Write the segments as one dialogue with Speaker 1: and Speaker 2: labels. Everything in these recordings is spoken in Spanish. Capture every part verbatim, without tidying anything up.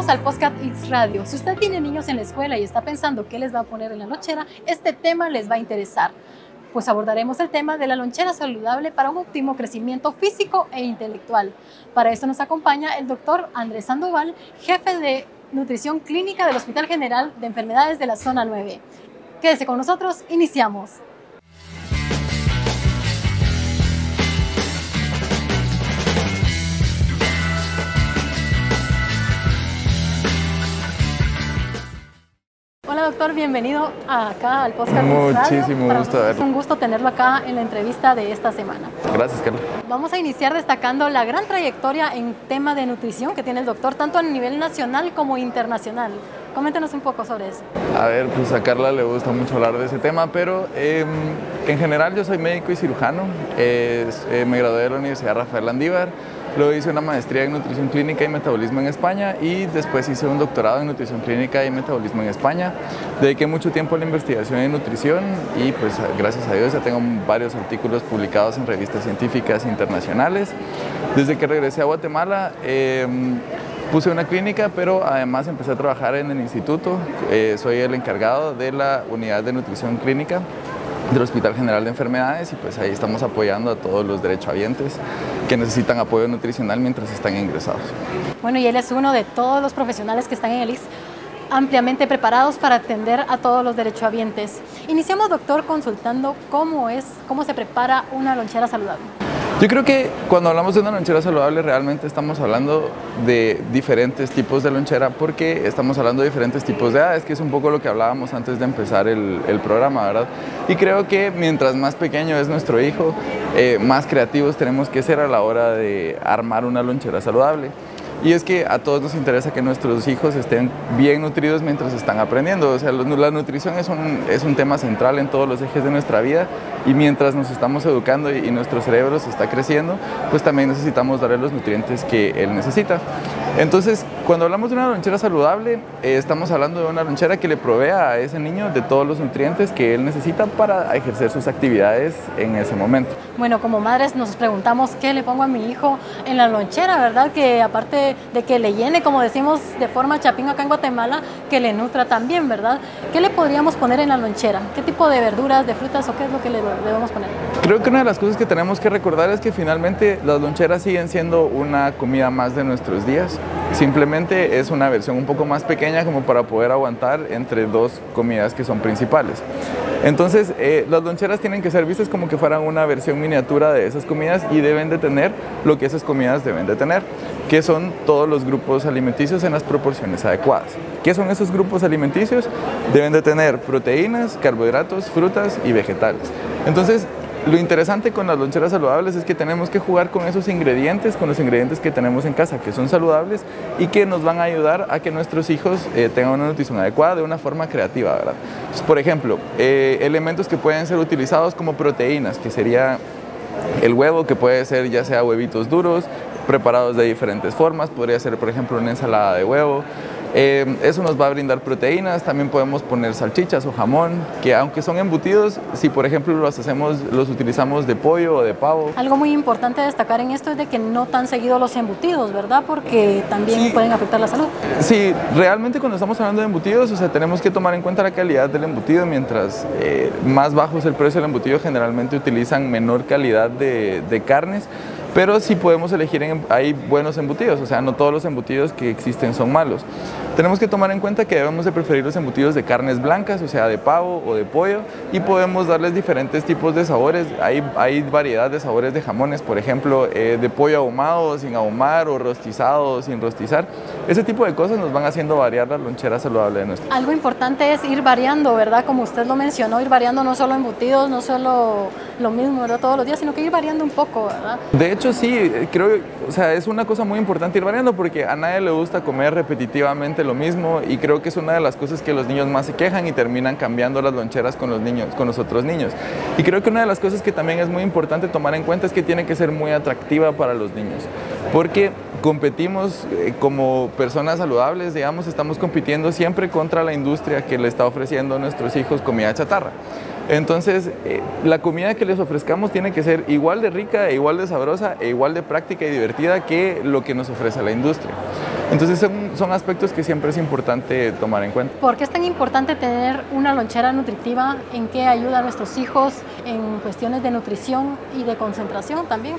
Speaker 1: Bienvenidos al Podcast X Radio. Si usted tiene niños en la escuela y está pensando qué les va a poner en la lonchera, este tema les va a interesar, pues abordaremos el tema de la lonchera saludable para un óptimo crecimiento físico e intelectual. Para esto nos acompaña el doctor Andrés Sandoval, jefe de Nutrición Clínica del Hospital General de Enfermedades de la Zona nueve. Quédese con nosotros, iniciamos. Hola doctor, bienvenido acá al Podcast.
Speaker 2: Muchísimo
Speaker 1: Radio.
Speaker 2: gusto.
Speaker 1: Es un gusto tenerlo acá en la entrevista de esta semana.
Speaker 2: Gracias, Carla.
Speaker 1: Vamos a iniciar destacando la gran trayectoria en tema de nutrición que tiene el doctor, tanto a nivel nacional como internacional. Coméntenos un poco sobre eso.
Speaker 2: A ver, pues a Carla le gusta mucho hablar de ese tema, pero eh, en general yo soy médico y cirujano. Eh, eh, me gradué de la Universidad Rafael Landívar. Luego hice una maestría en nutrición clínica y metabolismo en España y después hice un doctorado en nutrición clínica y metabolismo en España. Dediqué mucho tiempo a la investigación en nutrición y pues gracias a Dios ya tengo varios artículos publicados en revistas científicas internacionales. Desde que regresé a Guatemala eh, puse una clínica, pero además empecé a trabajar en el instituto. Eh, soy el encargado de la unidad de nutrición clínica del Hospital General de Enfermedades y pues ahí estamos apoyando a todos los derechohabientes que necesitan apoyo nutricional mientras están ingresados.
Speaker 1: Bueno, y él es uno de todos los profesionales que están en el I C S ampliamente preparados para atender a todos los derechohabientes. Iniciamos, doctor, consultando cómo es, cómo se prepara una lonchera saludable.
Speaker 2: Yo creo que cuando hablamos de una lonchera saludable realmente estamos hablando de diferentes tipos de lonchera porque estamos hablando de diferentes tipos de edades, que es un poco lo que hablábamos antes de empezar el, el programa, ¿verdad? Y creo que mientras más pequeño es nuestro hijo, eh, más creativos tenemos que ser a la hora de armar una lonchera saludable. Y es que a todos nos interesa que nuestros hijos estén bien nutridos mientras están aprendiendo. O sea, la nutrición es un, es un tema central en todos los ejes de nuestra vida y mientras nos estamos educando y, y nuestro cerebro se está creciendo, pues también necesitamos darle los nutrientes que él necesita. Entonces, cuando hablamos de una lonchera saludable, eh, estamos hablando de una lonchera que le provea a ese niño de todos los nutrientes que él necesita para ejercer sus actividades en ese momento.
Speaker 1: Bueno, como madres nos preguntamos qué le pongo a mi hijo en la lonchera, ¿verdad? Que aparte de que le llene, como decimos de forma chapín acá en Guatemala, que le nutra también, ¿verdad? ¿Qué le podríamos poner en la lonchera? ¿Qué tipo de verduras, de frutas o qué es lo que le debemos poner?
Speaker 2: Creo que una de las cosas que tenemos que recordar es que finalmente las loncheras siguen siendo una comida más de nuestros días. Simplemente es una versión un poco más pequeña como para poder aguantar entre dos comidas que son principales. Entonces, eh, las loncheras tienen que ser vistas como que fueran una versión miniatura de esas comidas y deben de tener lo que esas comidas deben de tener, que son todos los grupos alimenticios en las proporciones adecuadas. ¿Qué son esos grupos alimenticios? Deben de tener proteínas, carbohidratos, frutas y vegetales. Entonces, lo interesante con las loncheras saludables es que tenemos que jugar con esos ingredientes, con los ingredientes que tenemos en casa, que son saludables y que nos van a ayudar a que nuestros hijos eh, tengan una nutrición adecuada de una forma creativa, ¿verdad? Entonces, por ejemplo, eh, elementos que pueden ser utilizados como proteínas, que sería el huevo, que puede ser ya sea huevitos duros, preparados de diferentes formas, podría ser, por ejemplo, una ensalada de huevo. Eh, eso nos va a brindar proteínas. También podemos poner salchichas o jamón, que aunque son embutidos, si por ejemplo los hacemos, los utilizamos de pollo o de pavo.
Speaker 1: Algo muy importante a destacar en esto es de que no tan seguido los embutidos, ¿verdad? Porque también sí pueden afectar la salud.
Speaker 2: Sí, realmente cuando estamos hablando de embutidos, o sea, tenemos que tomar en cuenta la calidad del embutido. Mientras eh, más bajo es el precio del embutido, generalmente utilizan menor calidad de, de carnes. Pero sí podemos elegir, en, hay buenos embutidos, o sea, no todos los embutidos que existen son malos. Tenemos que tomar en cuenta que debemos de preferir los embutidos de carnes blancas, o sea, de pavo o de pollo, y podemos darles diferentes tipos de sabores. Hay, hay variedad de sabores de jamones, por ejemplo, eh, de pollo ahumado, sin ahumar, o rostizado, sin rostizar. Ese tipo de cosas nos van haciendo variar la lonchera saludable de nuestra.
Speaker 1: Algo importante es ir variando, ¿verdad? Como usted lo mencionó, ir variando no solo embutidos, no solo lo mismo, ¿verdad? Todos los días, sino que ir variando un poco, ¿verdad?
Speaker 2: De hecho, sí, creo, o sea, es una cosa muy importante ir variando porque a nadie le gusta comer repetitivamente lo mismo y creo que es una de las cosas que los niños más se quejan y terminan cambiando las loncheras con los niños, con los otros niños. Y creo que una de las cosas que también es muy importante tomar en cuenta es que tiene que ser muy atractiva para los niños, porque competimos eh, como personas saludables, digamos, estamos compitiendo siempre contra la industria que le está ofreciendo a nuestros hijos comida chatarra. Entonces, eh, la comida que les ofrezcamos tiene que ser igual de rica, e igual de sabrosa, e igual de práctica y divertida que lo que nos ofrece la industria. Entonces son, son aspectos que siempre es importante tomar en cuenta.
Speaker 1: ¿Por qué es tan importante tener una lonchera nutritiva? ¿En qué ayuda a nuestros hijos en cuestiones de nutrición y de concentración también?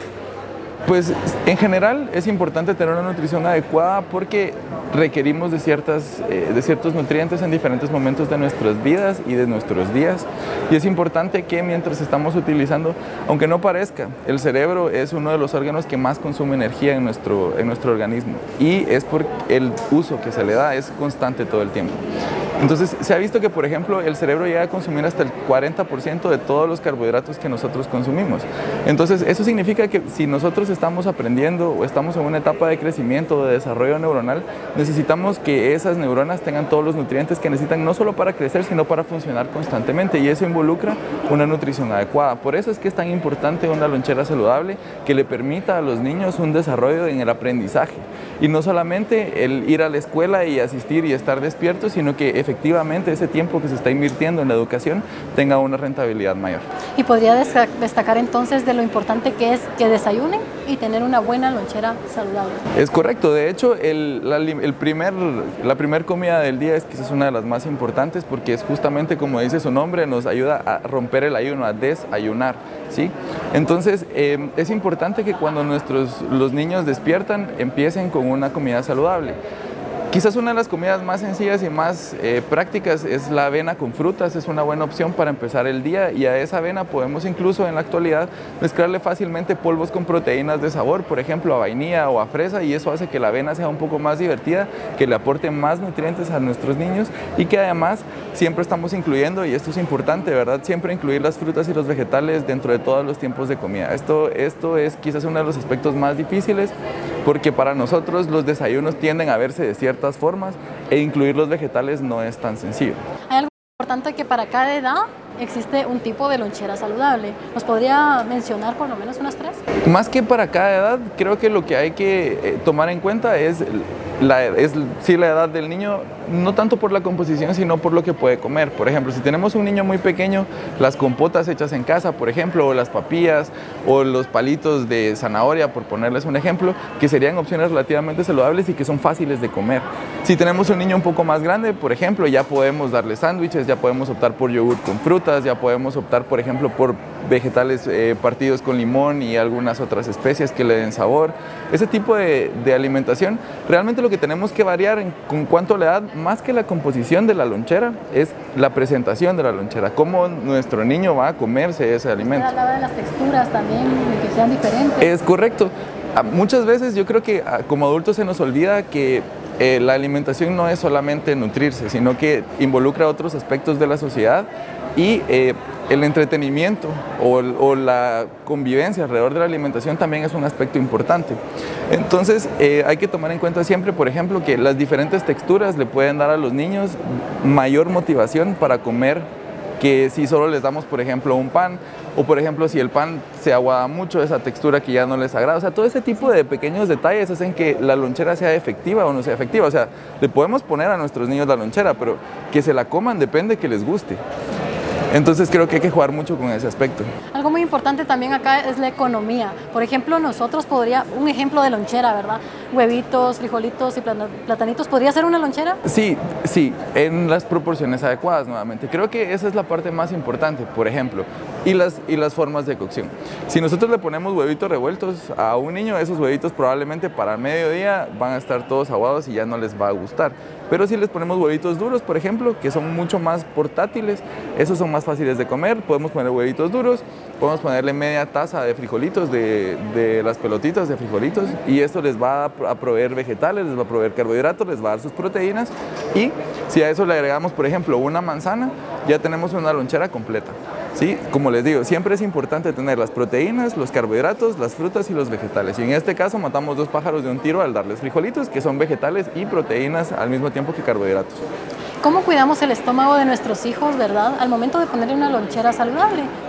Speaker 2: Pues en general es importante tener una nutrición adecuada porque requerimos de, ciertas, eh, de ciertos nutrientes en diferentes momentos de nuestras vidas y de nuestros días. Y es importante que mientras estamos utilizando, aunque no parezca, el cerebro es uno de los órganos que más consume energía en nuestro, en nuestro organismo. Y es porque el uso que se le da es constante todo el tiempo. Entonces se ha visto que, por ejemplo, el cerebro llega a consumir hasta el cuarenta por ciento de todos los carbohidratos que nosotros consumimos. Entonces eso significa que si nosotros estamos aprendiendo o estamos en una etapa de crecimiento o de desarrollo neuronal, necesitamos que esas neuronas tengan todos los nutrientes que necesitan, no solo para crecer, sino para funcionar constantemente, y eso involucra una nutrición adecuada. Por eso es que es tan importante una lonchera saludable que le permita a los niños un desarrollo en el aprendizaje. Y no solamente el ir a la escuela y asistir y estar despierto, sino que efectivamente ese tiempo que se está invirtiendo en la educación tenga una rentabilidad mayor.
Speaker 1: ¿Y podría destacar entonces de lo importante que es que desayunen y tener una buena lonchera saludable?
Speaker 2: Es correcto. De hecho, el, la, el primer, la primer comida del día es quizás una de las más importantes porque es justamente, como dice su nombre, nos ayuda a romper el ayuno, a desayunar, ¿sí? Entonces, eh, es importante que cuando nuestros, los niños despiertan, empiecen con una comida saludable. Quizás una de las comidas más sencillas y más eh, prácticas es la avena con frutas. Es una buena opción para empezar el día, y a esa avena podemos incluso en la actualidad mezclarle fácilmente polvos con proteínas de sabor, por ejemplo a vainilla o a fresa, y eso hace que la avena sea un poco más divertida, que le aporte más nutrientes a nuestros niños, y que además siempre estamos incluyendo, y esto es importante, ¿verdad? Siempre incluir las frutas y los vegetales dentro de todos los tiempos de comida. Esto, esto es quizás uno de los aspectos más difíciles, porque para nosotros los desayunos tienden a verse de cierta formas, e incluir los vegetales no es tan sencillo.
Speaker 1: Hay algo importante, que para cada edad existe un tipo de lonchera saludable. ¿Nos podría mencionar por lo menos unas tres?
Speaker 2: Más que para cada edad, creo que lo que hay que eh, tomar en cuenta es la, es sí, la edad del niño, no tanto por la composición, sino por lo que puede comer. Por ejemplo, si tenemos un niño muy pequeño, las compotas hechas en casa, por ejemplo, o las papillas, o los palitos de zanahoria, por ponerles un ejemplo, que serían opciones relativamente saludables y que son fáciles de comer. Si tenemos un niño un poco más grande, por ejemplo, ya podemos darle sándwiches, ya podemos optar por yogur con frutas, ya podemos optar, por ejemplo, por vegetales eh, partidos con limón y algunas otras especias que le den sabor. Ese tipo de, de alimentación, realmente lo que tenemos que variar en, con cuanto a la edad, más que la composición de la lonchera, es la presentación de la lonchera, cómo nuestro niño va a comerse ese alimento.
Speaker 1: Usted hablaba de las texturas también, de que sean diferentes.
Speaker 2: Es correcto. Muchas veces yo creo que como adultos se nos olvida que eh, la alimentación no es solamente nutrirse, sino que involucra otros aspectos de la sociedad, y eh, el entretenimiento o, o la convivencia alrededor de la alimentación también es un aspecto importante. Entonces eh, hay que tomar en cuenta siempre, por ejemplo, que las diferentes texturas le pueden dar a los niños mayor motivación para comer, que si solo les damos, por ejemplo, un pan, o por ejemplo, si el pan se aguada mucho, esa textura que ya no les agrada. O sea, todo ese tipo de pequeños detalles hacen que la lonchera sea efectiva o no sea efectiva. O sea, le podemos poner a nuestros niños la lonchera, pero que se la coman depende que les guste. Entonces creo que hay que jugar mucho con ese aspecto.
Speaker 1: Algo muy importante también acá es la economía. Por ejemplo, nosotros podría, un ejemplo de lonchera, ¿verdad? Huevitos, frijolitos y platanitos, ¿podría ser una lonchera?
Speaker 2: Sí, sí, en las proporciones adecuadas nuevamente. Creo que esa es la parte más importante, por ejemplo, y las, y las formas de cocción. Si nosotros le ponemos huevitos revueltos a un niño, esos huevitos probablemente para el mediodía van a estar todos aguados y ya no les va a gustar. Pero si les ponemos huevitos duros, por ejemplo, que son mucho más portátiles, esos son más fáciles de comer. Podemos poner huevitos duros, podemos ponerle media taza de frijolitos, de, de las pelotitas de frijolitos, y esto les va a proveer vegetales, les va a proveer carbohidratos, les va a dar sus proteínas, y si a eso le agregamos, por ejemplo, una manzana, ya tenemos una lonchera completa. ¿Sí? Como les digo, siempre es importante tener las proteínas, los carbohidratos, las frutas y los vegetales. Y en este caso matamos dos pájaros de un tiro al darles frijolitos, que son vegetales y proteínas al mismo tiempo que carbohidratos.
Speaker 1: ¿Cómo cuidamos el estómago de nuestros hijos, verdad, al momento de ponerle una lonchera saludable?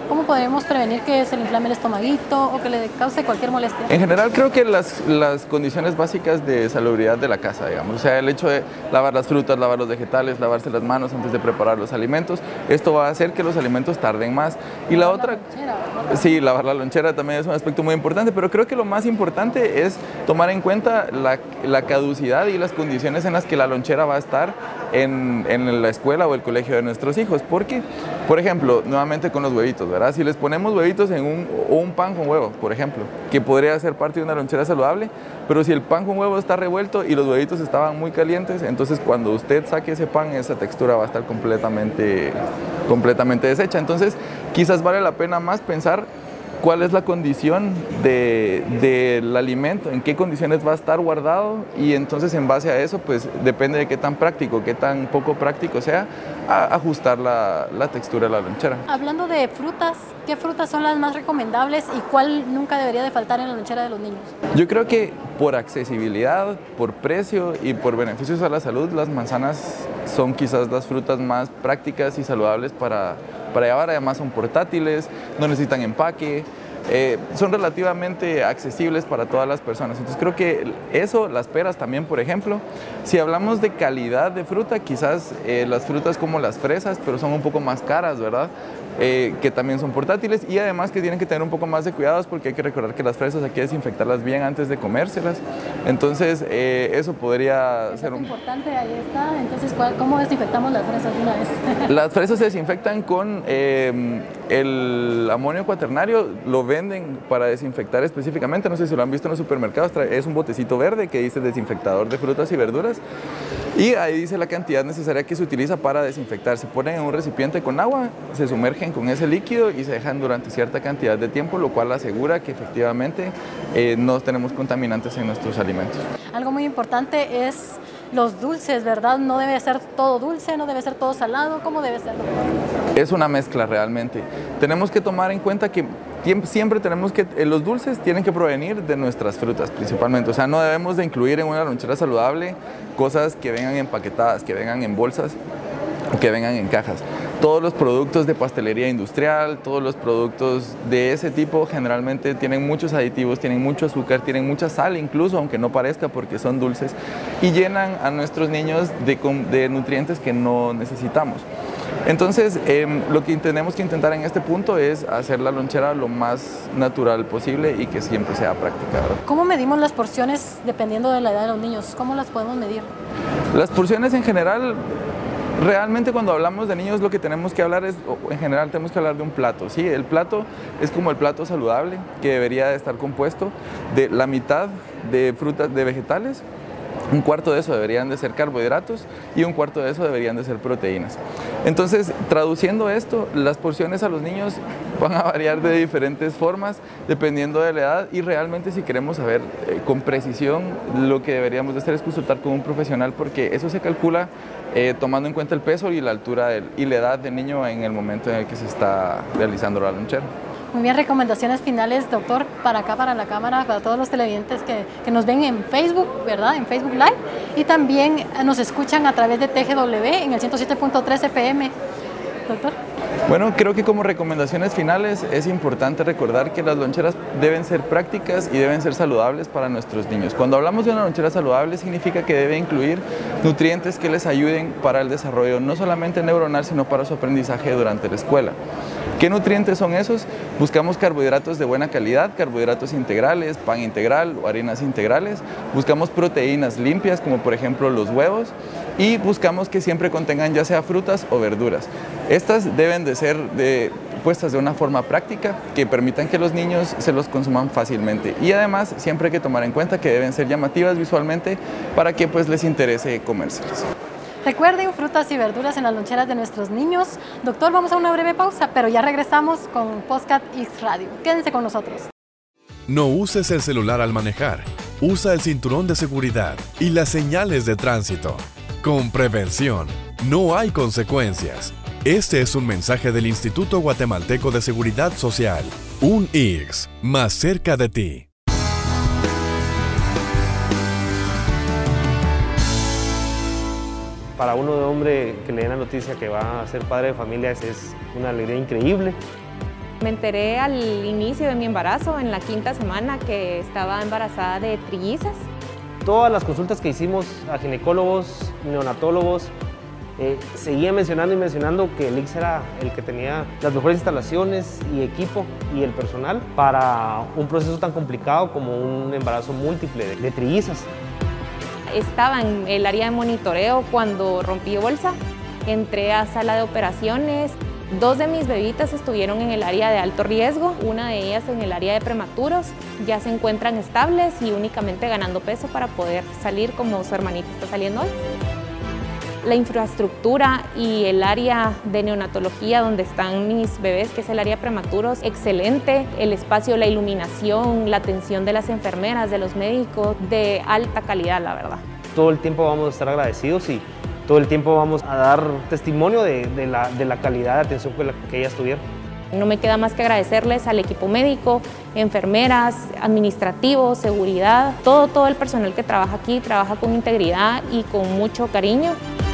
Speaker 1: ¿Cómo podemos prevenir que se le inflame el estomaguito o que le cause cualquier molestia?
Speaker 2: En general creo que las, las condiciones básicas de salubridad de la casa, digamos, o sea, el hecho de lavar las frutas, lavar los vegetales, lavarse las manos antes de preparar los alimentos, esto va a hacer que los alimentos tarden más. Y la otra, sí, lavar la lonchera también es un aspecto muy importante, pero creo que lo más importante es tomar en cuenta la, la caducidad y las condiciones en las que la lonchera va a estar en, en la escuela o el colegio de nuestros hijos, porque, por ejemplo, nuevamente con los huevitos, ¿verdad? Si les ponemos huevitos en un, o un pan con huevo, por ejemplo, que podría ser parte de una lonchera saludable, pero si el pan con huevo está revuelto y los huevitos estaban muy calientes, entonces cuando usted saque ese pan, esa textura va a estar completamente, completamente deshecha. Entonces, quizás vale la pena más pensar cuál es la condición de, del alimento, en qué condiciones va a estar guardado, y entonces en base a eso, pues depende de qué tan práctico, qué tan poco práctico sea, a ajustar la, la textura de la lonchera.
Speaker 1: Hablando de frutas, ¿qué frutas son las más recomendables y cuál nunca debería de faltar en la lonchera de los niños?
Speaker 2: Yo creo que por accesibilidad, por precio y por beneficios a la salud, las manzanas son quizás las frutas más prácticas y saludables para, para llevar. Además son portátiles, no necesitan empaque, eh, son relativamente accesibles para todas las personas. Entonces creo que eso, las peras también, por ejemplo. Si hablamos de calidad de fruta, quizás eh, las frutas como las fresas, pero son un poco más caras, ¿verdad? Eh, que también son portátiles, y además que tienen que tener un poco más de cuidados porque hay que recordar que las fresas hay que desinfectarlas bien antes de comérselas. Entonces eh, eso podría
Speaker 1: es
Speaker 2: ser un...
Speaker 1: importante, ahí está. Entonces, ¿cuál, ¿cómo desinfectamos las fresas de una vez?
Speaker 2: Las fresas se desinfectan con eh, el amonio cuaternario, lo venden para desinfectar específicamente, no sé si lo han visto en los supermercados, es un botecito verde que dice desinfectador de frutas y verduras, y ahí dice la cantidad necesaria que se utiliza para desinfectar. Se ponen en un recipiente con agua, se sumergen con ese líquido y se dejan durante cierta cantidad de tiempo, lo cual asegura que efectivamente eh, no tenemos contaminantes en nuestros alimentos.
Speaker 1: Algo muy importante es los dulces, ¿verdad? No debe ser todo dulce, no debe ser todo salado. ¿Cómo debe ser?
Speaker 2: Es una mezcla realmente. Tenemos que tomar en cuenta que siempre tenemos que, los dulces tienen que provenir de nuestras frutas principalmente, o sea, no debemos de incluir en una lonchera saludable cosas que vengan empaquetadas, que vengan en bolsas o que vengan en cajas. Todos los productos de pastelería industrial, todos los productos de ese tipo generalmente tienen muchos aditivos, tienen mucho azúcar, tienen mucha sal incluso, aunque no parezca, porque son dulces, y llenan a nuestros niños de, de nutrientes que no necesitamos. Entonces, eh, lo que tenemos que intentar en este punto es hacer la lonchera lo más natural posible y que siempre sea práctica, ¿verdad?
Speaker 1: ¿Cómo medimos las porciones dependiendo de la edad de los niños? ¿Cómo las podemos medir?
Speaker 2: Las porciones en general, realmente cuando hablamos de niños lo que tenemos que hablar es, en general tenemos que hablar de un plato, ¿sí? El plato es como el plato saludable, que debería de estar compuesto de la mitad de frutas, de vegetales, un cuarto de eso deberían de ser carbohidratos y un cuarto de eso deberían de ser proteínas. Entonces, traduciendo esto, las porciones a los niños van a variar de diferentes formas dependiendo de la edad, y realmente si queremos saber eh, con precisión, lo que deberíamos de hacer es consultar con un profesional, porque eso se calcula eh, tomando en cuenta el peso y la altura del, y la edad del niño en el momento en el que se está realizando la lonchera.
Speaker 1: Muy bien, recomendaciones finales, doctor, para acá, para la cámara, para todos los televidentes que, que nos ven en Facebook, ¿verdad? En Facebook Live, y también nos escuchan a través de T G W en el ciento siete punto tres F M. Doctor.
Speaker 2: Bueno, creo que como recomendaciones finales es importante recordar que las loncheras deben ser prácticas y deben ser saludables para nuestros niños. Cuando hablamos de una lonchera saludable significa que debe incluir nutrientes que les ayuden para el desarrollo no solamente neuronal, sino para su aprendizaje durante la escuela. ¿Qué nutrientes son esos? Buscamos carbohidratos de buena calidad, carbohidratos integrales, pan integral o harinas integrales. Buscamos proteínas limpias, como por ejemplo los huevos, y buscamos que siempre contengan ya sea frutas o verduras. Estas deben de ser de, puestas de una forma práctica que permitan que los niños se los consuman fácilmente, y además siempre hay que tomar en cuenta que deben ser llamativas visualmente para que pues les interese comérselas.
Speaker 1: Recuerden, frutas y verduras en las loncheras de nuestros niños. Doctor, vamos a una breve pausa, pero ya regresamos con Podcast X Radio. Quédense con nosotros.
Speaker 3: No uses el celular al manejar. Usa el cinturón de seguridad y las señales de tránsito. Con prevención, no hay consecuencias. Este es un mensaje del Instituto Guatemalteco de Seguridad Social. Un I X más cerca de ti.
Speaker 4: Para uno de hombre que le den la noticia que va a ser padre de familia es, es una alegría increíble. Me enteré al inicio de mi embarazo, en la quinta semana, que estaba embarazada de trillizas.
Speaker 5: Todas las consultas que hicimos a ginecólogos, neonatólogos, eh, seguían mencionando y mencionando que el I C S era el que tenía las mejores instalaciones y equipo y el personal para un proceso tan complicado como un embarazo múltiple de, de trillizas.
Speaker 4: Estaba en el área de monitoreo cuando rompí bolsa, entré a sala de operaciones. Dos de mis bebitas estuvieron en el área de alto riesgo, una de ellas en el área de prematuros. Ya se encuentran estables y únicamente ganando peso para poder salir como su hermanita está saliendo hoy. La infraestructura y el área de neonatología donde están mis bebés, que es el área prematuros, excelente. El espacio, la iluminación, la atención de las enfermeras, de los médicos, de alta calidad, la verdad.
Speaker 5: Todo el tiempo vamos a estar agradecidos y todo el tiempo vamos a dar testimonio de, de, la, de la calidad de atención que, la, que ellas tuvieron.
Speaker 4: No me queda más que agradecerles al equipo médico, enfermeras, administrativos, seguridad, todo, todo el personal que trabaja aquí, trabaja con integridad y con mucho cariño.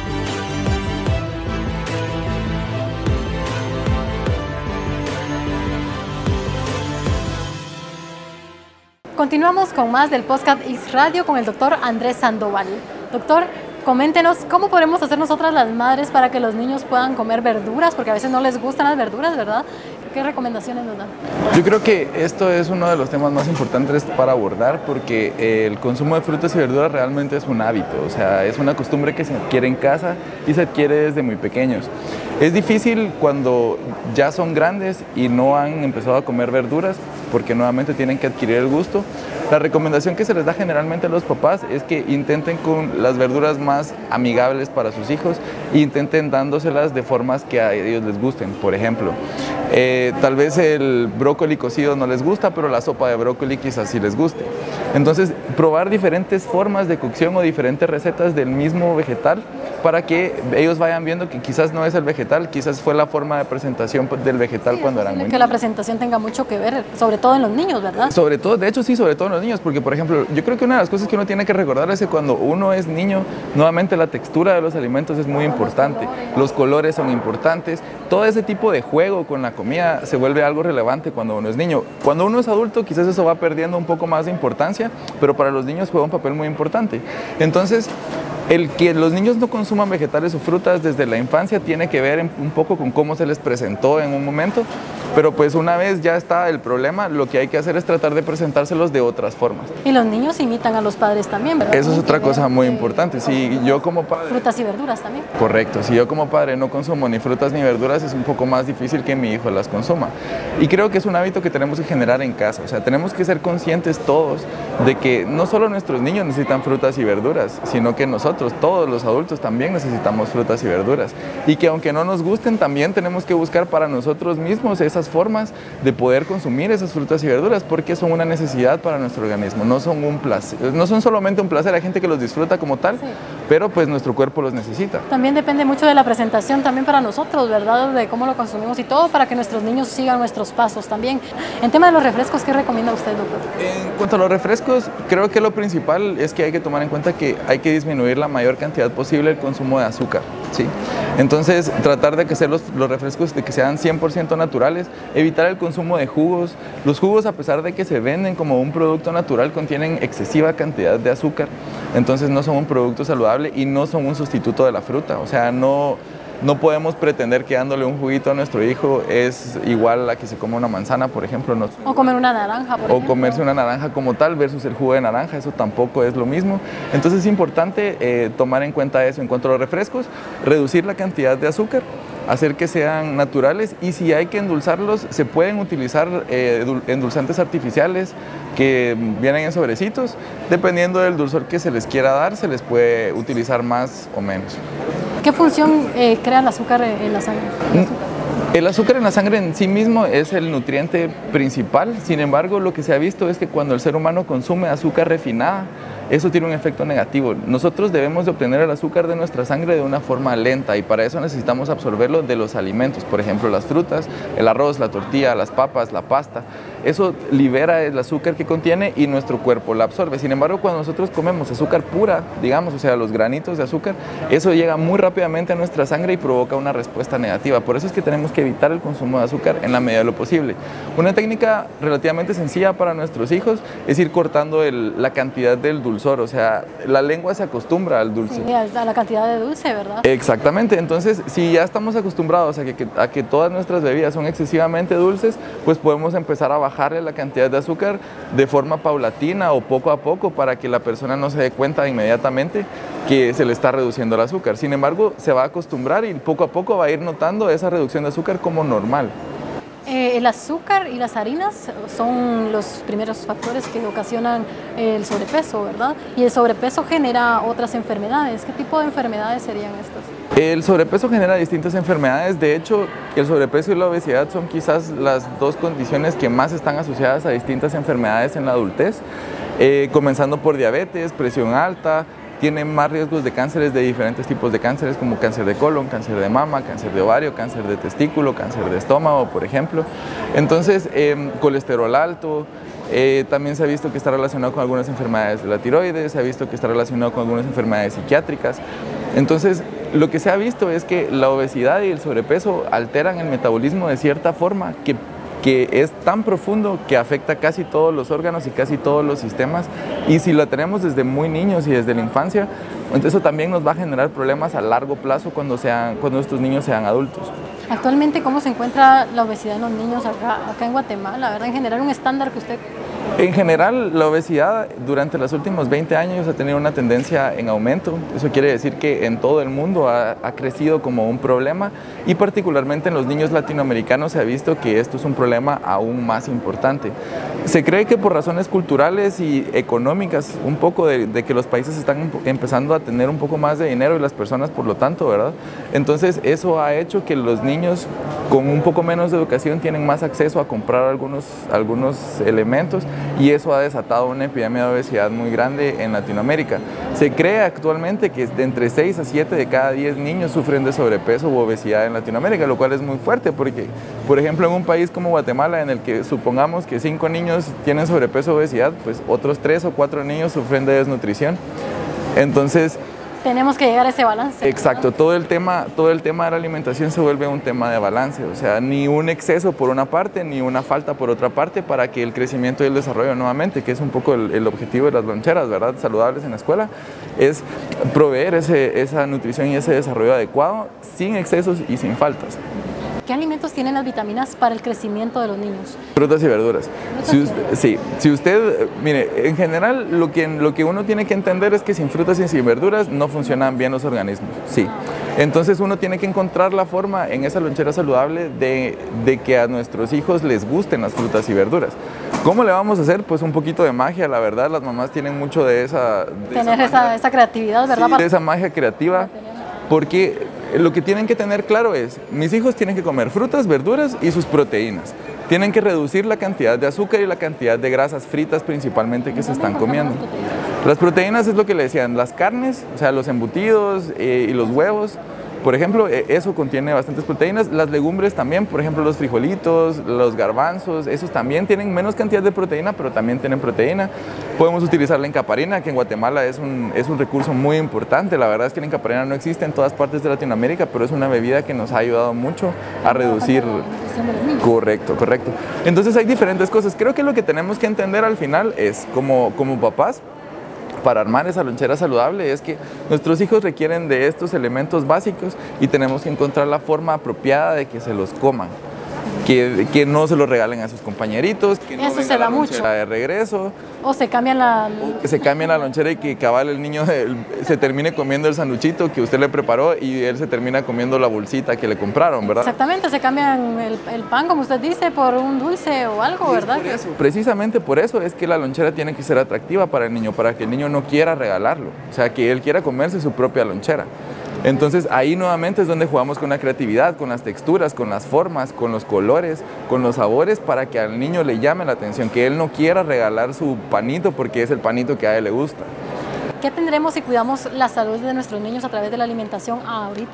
Speaker 1: Continuamos con más del podcast X Radio con el doctor Andrés Sandoval. Doctor, coméntenos cómo podemos hacer nosotras las madres para que los niños puedan comer verduras, porque a veces no les gustan las verduras, ¿verdad? ¿Qué recomendaciones nos dan?
Speaker 2: Yo creo que esto es uno de los temas más importantes para abordar porque el consumo de frutas y verduras realmente es un hábito, o sea, es una costumbre que se adquiere en casa y se adquiere desde muy pequeños. Es difícil cuando ya son grandes y no han empezado a comer verduras porque nuevamente tienen que adquirir el gusto. La recomendación que se les da generalmente a los papás es que intenten con las verduras más amigables para sus hijos e intenten dándoselas de formas que a ellos les gusten. Por ejemplo, eh, tal vez el brócoli cocido no les gusta, pero la sopa de brócoli quizás sí les guste. Entonces, probar diferentes formas de cocción o diferentes recetas del mismo vegetal para que ellos vayan viendo que quizás no es el vegetal, quizás fue la forma de presentación del vegetal sí, cuando eran muy niños.
Speaker 1: Que la presentación tenga mucho que ver, sobre todo en los niños, ¿verdad?
Speaker 2: Sobre todo, de hecho sí, sobre todo en los niños, porque por ejemplo, yo creo que una de las cosas que uno tiene que recordar es que cuando uno es niño, nuevamente la textura de los alimentos es muy importante, los colores son importantes, todo ese tipo de juego con la comida se vuelve algo relevante cuando uno es niño. Cuando uno es adulto, quizás eso va perdiendo un poco más de importancia, pero para los niños juega un papel muy importante. Entonces, el que los niños no consuman vegetales o frutas desde la infancia tiene que ver un poco con cómo se les presentó en un momento, pero pues una vez ya está el problema, lo que hay que hacer es tratar de presentárselos de otras formas.
Speaker 1: Y los niños imitan a los padres también, ¿verdad?
Speaker 2: Eso es otra cosa muy importante. Si yo como padre...
Speaker 1: Frutas y verduras también.
Speaker 2: Correcto. Si yo como padre no consumo ni frutas ni verduras, es un poco más difícil que mi hijo las consuma. Y creo que es un hábito que tenemos que generar en casa. O sea, tenemos que ser conscientes todos de que no solo nuestros niños necesitan frutas y verduras, sino que nosotros, todos los adultos, también necesitamos frutas y verduras. Y que aunque no nos gusten, también tenemos que buscar para nosotros mismos esas formas de poder consumir esas frutas y verduras porque son una necesidad para nuestro organismo, no son un placer, no son solamente un placer, hay gente que los disfruta como tal, sí, pero pues nuestro cuerpo los necesita.
Speaker 1: También depende mucho de la presentación también para nosotros, ¿verdad? De cómo lo consumimos y todo para que nuestros niños sigan nuestros pasos también. En tema de los refrescos, ¿qué recomienda usted, doctor?
Speaker 2: En cuanto a los refrescos, creo que lo principal es que hay que tomar en cuenta que hay que disminuir la mayor cantidad posible el consumo de azúcar, ¿sí? Entonces, tratar de que sean los, los refrescos de que sean cien por ciento naturales, evitar el consumo de jugos. Los jugos, a pesar de que se venden como un producto natural, contienen excesiva cantidad de azúcar, entonces no son un producto saludable y no son un sustituto de la fruta. O sea, no, no podemos pretender que dándole un juguito a nuestro hijo es igual a que se coma una manzana, por ejemplo. No,
Speaker 1: o comer una naranja, por
Speaker 2: O
Speaker 1: ejemplo.
Speaker 2: comerse una naranja como tal versus el jugo de naranja, eso tampoco es lo mismo. Entonces es importante eh, tomar en cuenta eso. En cuanto a los refrescos, reducir la cantidad de azúcar, hacer que sean naturales y si hay que endulzarlos, se pueden utilizar eh, endulzantes artificiales que vienen en sobrecitos. Dependiendo del dulzor que se les quiera dar, se les puede utilizar más o menos.
Speaker 1: ¿Qué función eh, crea el azúcar en la sangre? El azúcar.
Speaker 2: El azúcar en la sangre en sí mismo es el nutriente principal, sin embargo lo que se ha visto es que cuando el ser humano consume azúcar refinada, eso tiene un efecto negativo. Nosotros debemos de obtener el azúcar de nuestra sangre de una forma lenta y para eso necesitamos absorberlo de los alimentos, por ejemplo las frutas, el arroz, la tortilla, las papas, la pasta. eso libera el azúcar que contiene y nuestro cuerpo la absorbe. Sin embargo, cuando nosotros comemos azúcar pura, digamos, o sea, los granitos de azúcar, eso llega muy rápidamente a nuestra sangre y provoca una respuesta negativa. Por eso es que tenemos que evitar el consumo de azúcar en la medida de lo posible. Una técnica relativamente sencilla para nuestros hijos es ir cortando el, la cantidad del dulzor, o sea, la lengua se acostumbra al dulce.
Speaker 1: Sí, a la cantidad de dulce, ¿verdad?
Speaker 2: Exactamente, entonces si ya estamos acostumbrados a que, a que todas nuestras bebidas son excesivamente dulces, pues podemos empezar a bajarle la cantidad de azúcar de forma paulatina o poco a poco para que la persona no se dé cuenta inmediatamente que se le está reduciendo el azúcar. Sin embargo, se va a acostumbrar y poco a poco va a ir notando esa reducción de azúcar como normal.
Speaker 1: Eh, el azúcar y las harinas son los primeros factores que ocasionan el sobrepeso, ¿verdad? Y el sobrepeso genera otras enfermedades. ¿Qué tipo de enfermedades serían estas?
Speaker 2: El sobrepeso genera distintas enfermedades. De hecho, el sobrepeso y la obesidad son quizás las dos condiciones que más están asociadas a distintas enfermedades en la adultez, eh, comenzando por diabetes, presión alta. Tienen más riesgos de cánceres, de diferentes tipos de cánceres, como cáncer de colon, cáncer de mama, cáncer de ovario, cáncer de testículo, cáncer de estómago, por ejemplo. Entonces, eh, colesterol alto, eh, también se ha visto que está relacionado con algunas enfermedades de la tiroides, se ha visto que está relacionado con algunas enfermedades psiquiátricas. Entonces, lo que se ha visto es que la obesidad y el sobrepeso alteran el metabolismo de cierta forma que que es tan profundo que afecta casi todos los órganos y casi todos los sistemas, y si lo tenemos desde muy niños y desde la infancia, entonces eso también nos va a generar problemas a largo plazo cuando, sean, cuando estos niños sean adultos.
Speaker 1: Actualmente, ¿cómo se encuentra la obesidad en los niños acá, acá en Guatemala? ¿Verdad? En general, un estándar que usted...
Speaker 2: En general, la obesidad durante los últimos veinte años ha tenido una tendencia en aumento. Eso quiere decir que en todo el mundo ha, ha crecido como un problema, y particularmente en los niños latinoamericanos se ha visto que esto es un problema aún más importante. Se cree que por razones culturales y económicas, un poco de, de que los países están empezando a tener un poco más de dinero y las personas por lo tanto, ¿verdad? Entonces eso ha hecho que los niños con un poco menos de educación tienen más acceso a comprar algunos, algunos elementos, y eso ha desatado una epidemia de obesidad muy grande en Latinoamérica. Se cree actualmente que de entre seis a siete de cada diez niños sufren de sobrepeso u obesidad en Latinoamérica, lo cual es muy fuerte porque, por ejemplo, en un país como Guatemala, en el que supongamos que cinco niños tienen sobrepeso o obesidad, pues otros tres o cuatro niños sufren de desnutrición. Entonces,
Speaker 1: tenemos que llegar a ese balance.
Speaker 2: Exacto, todo el tema, todo el tema de la alimentación se vuelve un tema de balance, o sea, ni un exceso por una parte, ni una falta por otra parte, para que el crecimiento y el desarrollo nuevamente, que es un poco el, el objetivo de las loncheras, ¿verdad?, saludables en la escuela, es proveer ese, esa nutrición y ese desarrollo adecuado, sin excesos y sin faltas.
Speaker 1: ¿Qué alimentos tienen las vitaminas para el crecimiento de los niños?
Speaker 2: Frutas y verduras. Si usted, sí, si usted, mire, en general lo que, lo que uno tiene que entender es que sin frutas y sin verduras no funcionan bien los organismos. Sí. Entonces uno tiene que encontrar la forma en esa lonchera saludable de, de que a nuestros hijos les gusten las frutas y verduras. ¿Cómo le vamos a hacer? Pues un poquito de magia, la verdad, las mamás tienen mucho de esa... De
Speaker 1: Tener esa, esa, esa creatividad, ¿verdad?
Speaker 2: Sí, de esa magia creativa, porque lo que tienen que tener claro es, mis hijos tienen que comer frutas, verduras y sus proteínas. Tienen que reducir la cantidad de azúcar y la cantidad de grasas fritas principalmente que se están comiendo. Las proteínas es lo que le decían, las carnes, o sea, los embutidos eh, y los huevos. Por ejemplo, eso contiene bastantes proteínas. Las legumbres también, por ejemplo, los frijolitos, los garbanzos, esos también tienen menos cantidad de proteína, pero también tienen proteína. Podemos utilizar la encaparina, que en Guatemala es un, es un recurso muy importante. La verdad es que la encaparina no existe en todas partes de Latinoamérica, pero es una bebida que nos ha ayudado mucho a reducir... Correcto, correcto. Entonces hay diferentes cosas. Creo que lo que tenemos que entender al final es, como, como papás, para armar esa lonchera saludable, es que nuestros hijos requieren de estos elementos básicos y tenemos que encontrar la forma apropiada de que se los coman. Que, que no se lo regalen a sus compañeritos, que no
Speaker 1: Eso
Speaker 2: venga
Speaker 1: se da
Speaker 2: la lonchera
Speaker 1: mucho.
Speaker 2: de regreso.
Speaker 1: O se cambian la...
Speaker 2: O que se cambie la lonchera y que cabal el niño el, se termine comiendo el sanduchito que usted le preparó y él se termina comiendo la bolsita que le compraron, ¿verdad?
Speaker 1: Exactamente, se cambian el, el pan, como usted dice, por un dulce o algo, ¿verdad?
Speaker 2: Por eso, precisamente por eso es que la lonchera tiene que ser atractiva para el niño, para que el niño no quiera regalarlo, o sea, que él quiera comerse su propia lonchera. Entonces ahí nuevamente es donde jugamos con la creatividad, con las texturas, con las formas, con los colores, con los sabores, para que al niño le llame la atención, que él no quiera regalar su panito porque es el panito que a él le gusta.
Speaker 1: ¿Qué tendremos si cuidamos la salud de nuestros niños a través de la alimentación ahorita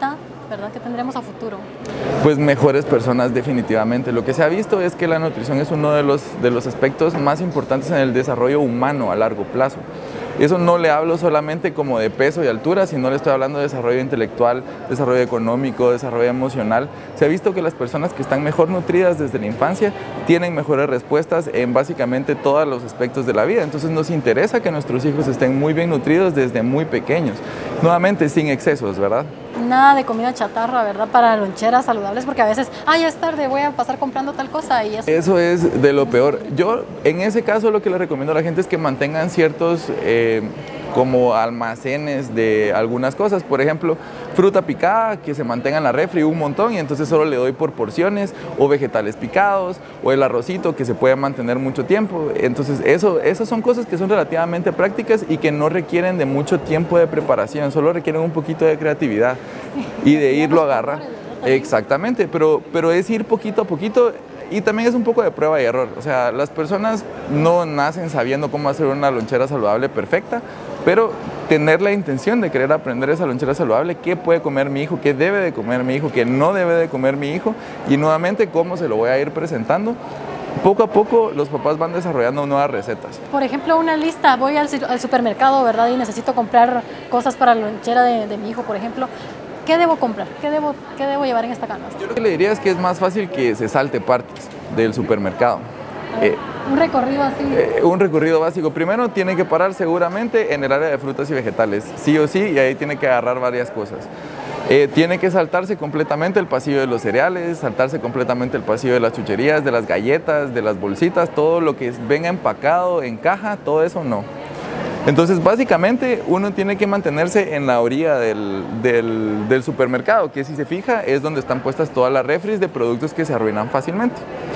Speaker 1: ¿verdad? ¿Qué tendremos a futuro?
Speaker 2: Pues mejores personas definitivamente. Lo que se ha visto es que la nutrición es uno de los, de los aspectos más importantes en el desarrollo humano a largo plazo. Eso no le hablo solamente como de peso y altura, sino le estoy hablando de desarrollo intelectual, desarrollo económico, desarrollo emocional. Se ha visto que las personas que están mejor nutridas desde la infancia tienen mejores respuestas en básicamente todos los aspectos de la vida. Entonces nos interesa que nuestros hijos estén muy bien nutridos desde muy pequeños. Nuevamente, sin excesos, ¿verdad?
Speaker 1: Nada de comida chatarra, ¿verdad? Para loncheras saludables, porque a veces, ah, ya es tarde, voy a pasar comprando tal cosa y eso.
Speaker 2: Eso es de lo peor. Yo, en ese caso, lo que le recomiendo a la gente es que mantengan ciertos eh, como almacenes de algunas cosas. Por ejemplo, fruta picada, que se mantenga en la refri un montón y entonces solo le doy por porciones, o vegetales picados, o el arrocito que se puede mantener mucho tiempo. Entonces, eso, esas son cosas que son relativamente prácticas y que no requieren de mucho tiempo de preparación, solo requieren un poquito de creatividad y de irlo a agarrar. Exactamente, pero, pero es ir poquito a poquito. Y también es un poco de prueba y error. O sea, las personas no nacen sabiendo cómo hacer una lonchera saludable perfecta, pero tener la intención de querer aprender esa lonchera saludable, qué puede comer mi hijo, qué debe de comer mi hijo, qué no debe de comer mi hijo, y nuevamente cómo se lo voy a ir presentando. Poco a poco los papás van desarrollando nuevas recetas.
Speaker 1: Por ejemplo, una lista, voy al, al supermercado, ¿verdad? Y necesito comprar cosas para la lonchera de, de mi hijo, por ejemplo. ¿Qué debo comprar? ¿Qué debo, qué debo llevar en esta canasta?
Speaker 2: Yo lo que le diría es que es más fácil que se salte partes del supermercado.
Speaker 1: Eh, un recorrido así.
Speaker 2: Eh, un recorrido básico. Primero tiene que parar seguramente en el área de frutas y vegetales, sí o sí, y ahí tiene que agarrar varias cosas. Eh, tiene que saltarse completamente el pasillo de los cereales, saltarse completamente el pasillo de las chucherías, de las galletas, de las bolsitas, todo lo que venga empacado en caja, todo eso no. Entonces, básicamente, uno tiene que mantenerse en la orilla del, del, del supermercado, que si se fija es donde están puestas todas las refris de productos que se arruinan fácilmente.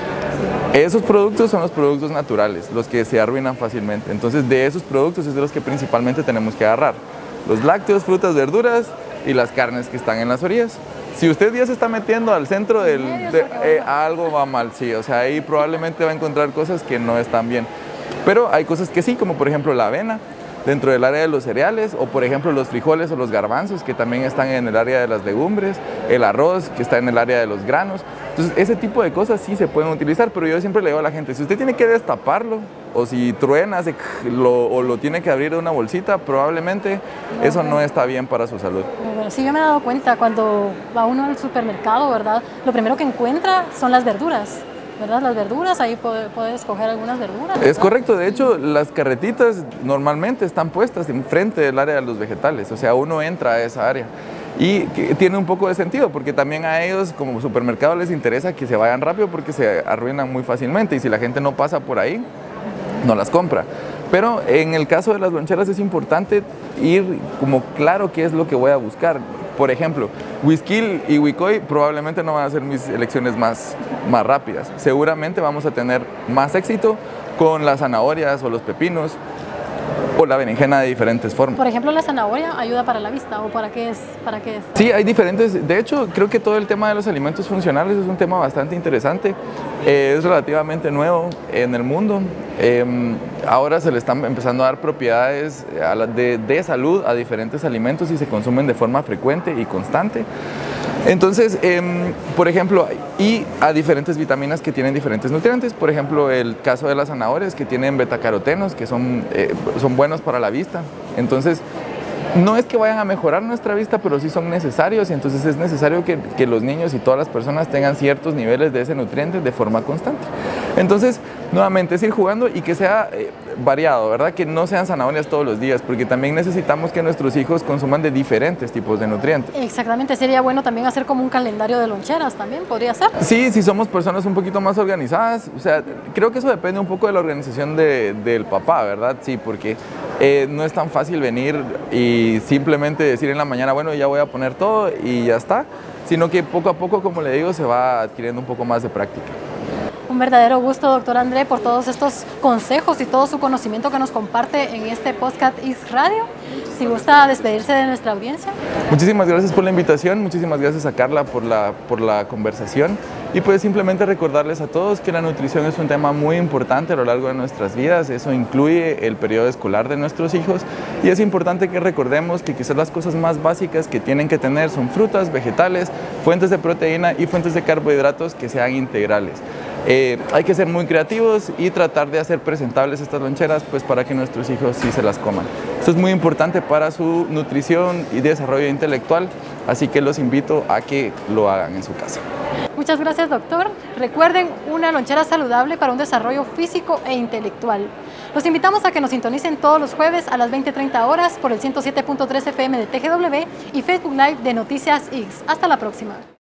Speaker 2: Esos productos son los productos naturales, los que se arruinan fácilmente. Entonces, de esos productos es de los que principalmente tenemos que agarrar. Los lácteos, frutas, verduras y las carnes que están en las orillas. Si usted ya se está metiendo al centro del... De, eh, algo va mal, sí. O sea, ahí probablemente va a encontrar cosas que no están bien. Pero hay cosas que sí, como por ejemplo la avena, dentro del área de los cereales, o por ejemplo los frijoles o los garbanzos, que también están en el área de las legumbres, el arroz, que está en el área de los granos. Entonces, ese tipo de cosas sí se pueden utilizar, pero yo siempre le digo a la gente, si usted tiene que destaparlo, o si truena hace lo, o lo tiene que abrir de una bolsita, probablemente no, eso no está bien para su salud.
Speaker 1: Bueno, sí, yo me he dado cuenta, cuando va uno al supermercado, ¿verdad? Lo primero que encuentra son las verduras. ¿Verdad? Las verduras, ahí puede, puede escoger algunas verduras, ¿verdad?
Speaker 2: Es correcto, de hecho las carretitas normalmente están puestas enfrente del área de los vegetales, o sea, uno entra a esa área y que tiene un poco de sentido porque también a ellos como supermercado les interesa que se vayan rápido porque se arruinan muy fácilmente y si la gente no pasa por ahí, no las compra. Pero en el caso de las loncheras es importante ir como claro qué es lo que voy a buscar. Por ejemplo, Whisky y Wicoy probablemente no van a ser mis elecciones más, más rápidas. Seguramente vamos a tener más éxito con las zanahorias o los pepinos o la berenjena de diferentes formas.
Speaker 1: Por ejemplo, la zanahoria ayuda para la vista, ¿o para qué es? ¿Para qué es?
Speaker 2: Sí, hay diferentes. De hecho, creo que todo el tema de los alimentos funcionales es un tema bastante interesante. Eh, es relativamente nuevo en el mundo. Eh, ahora se le están empezando a dar propiedades a la de, de salud a diferentes alimentos y se consumen de forma frecuente y constante. Entonces, eh, por ejemplo, y a diferentes vitaminas que tienen diferentes nutrientes. Por ejemplo, el caso de las zanahorias que tienen betacarotenos, que son, eh, son buenos para la vista. Entonces, no es que vayan a mejorar nuestra vista, pero sí son necesarios y entonces es necesario que, que los niños y todas las personas tengan ciertos niveles de ese nutriente de forma constante. Entonces, nuevamente es ir jugando y que sea eh, variado, ¿verdad? Que no sean zanahorias todos los días, porque también necesitamos que nuestros hijos consuman de diferentes tipos de nutrientes.
Speaker 1: Exactamente, sería bueno también hacer como un calendario de loncheras también, ¿podría ser?
Speaker 2: Sí, si somos personas un poquito más organizadas, o sea, creo que eso depende un poco de la organización de, del papá, ¿verdad? Sí, porque eh, no es tan fácil venir y simplemente decir en la mañana, bueno, ya voy a poner todo y ya está, sino que poco a poco, como le digo, se va adquiriendo un poco más de práctica.
Speaker 1: verdadero gusto, doctor André, por todos estos consejos y todo su conocimiento que nos comparte en este podcast I S Radio. Si gusta despedirse de nuestra audiencia.
Speaker 2: Muchísimas gracias por la invitación, muchísimas gracias a Carla por la, por la conversación y pues simplemente recordarles a todos que la nutrición es un tema muy importante a lo largo de nuestras vidas. Eso incluye el periodo escolar de nuestros hijos y es importante que recordemos que quizás las cosas más básicas que tienen que tener son frutas, vegetales, fuentes de proteína y fuentes de carbohidratos que sean integrales. Eh, hay que ser muy creativos y tratar de hacer presentables estas loncheras pues para que nuestros hijos sí se las coman. Esto es muy importante para su nutrición y desarrollo intelectual, así que los invito a que lo hagan en su casa.
Speaker 1: Muchas gracias, doctor. Recuerden, una lonchera saludable para un desarrollo físico e intelectual. Los invitamos a que nos sintonicen todos los jueves a las veinte treinta horas por el ciento siete punto tres F M de T G W y Facebook Live de Noticias X. Hasta la próxima.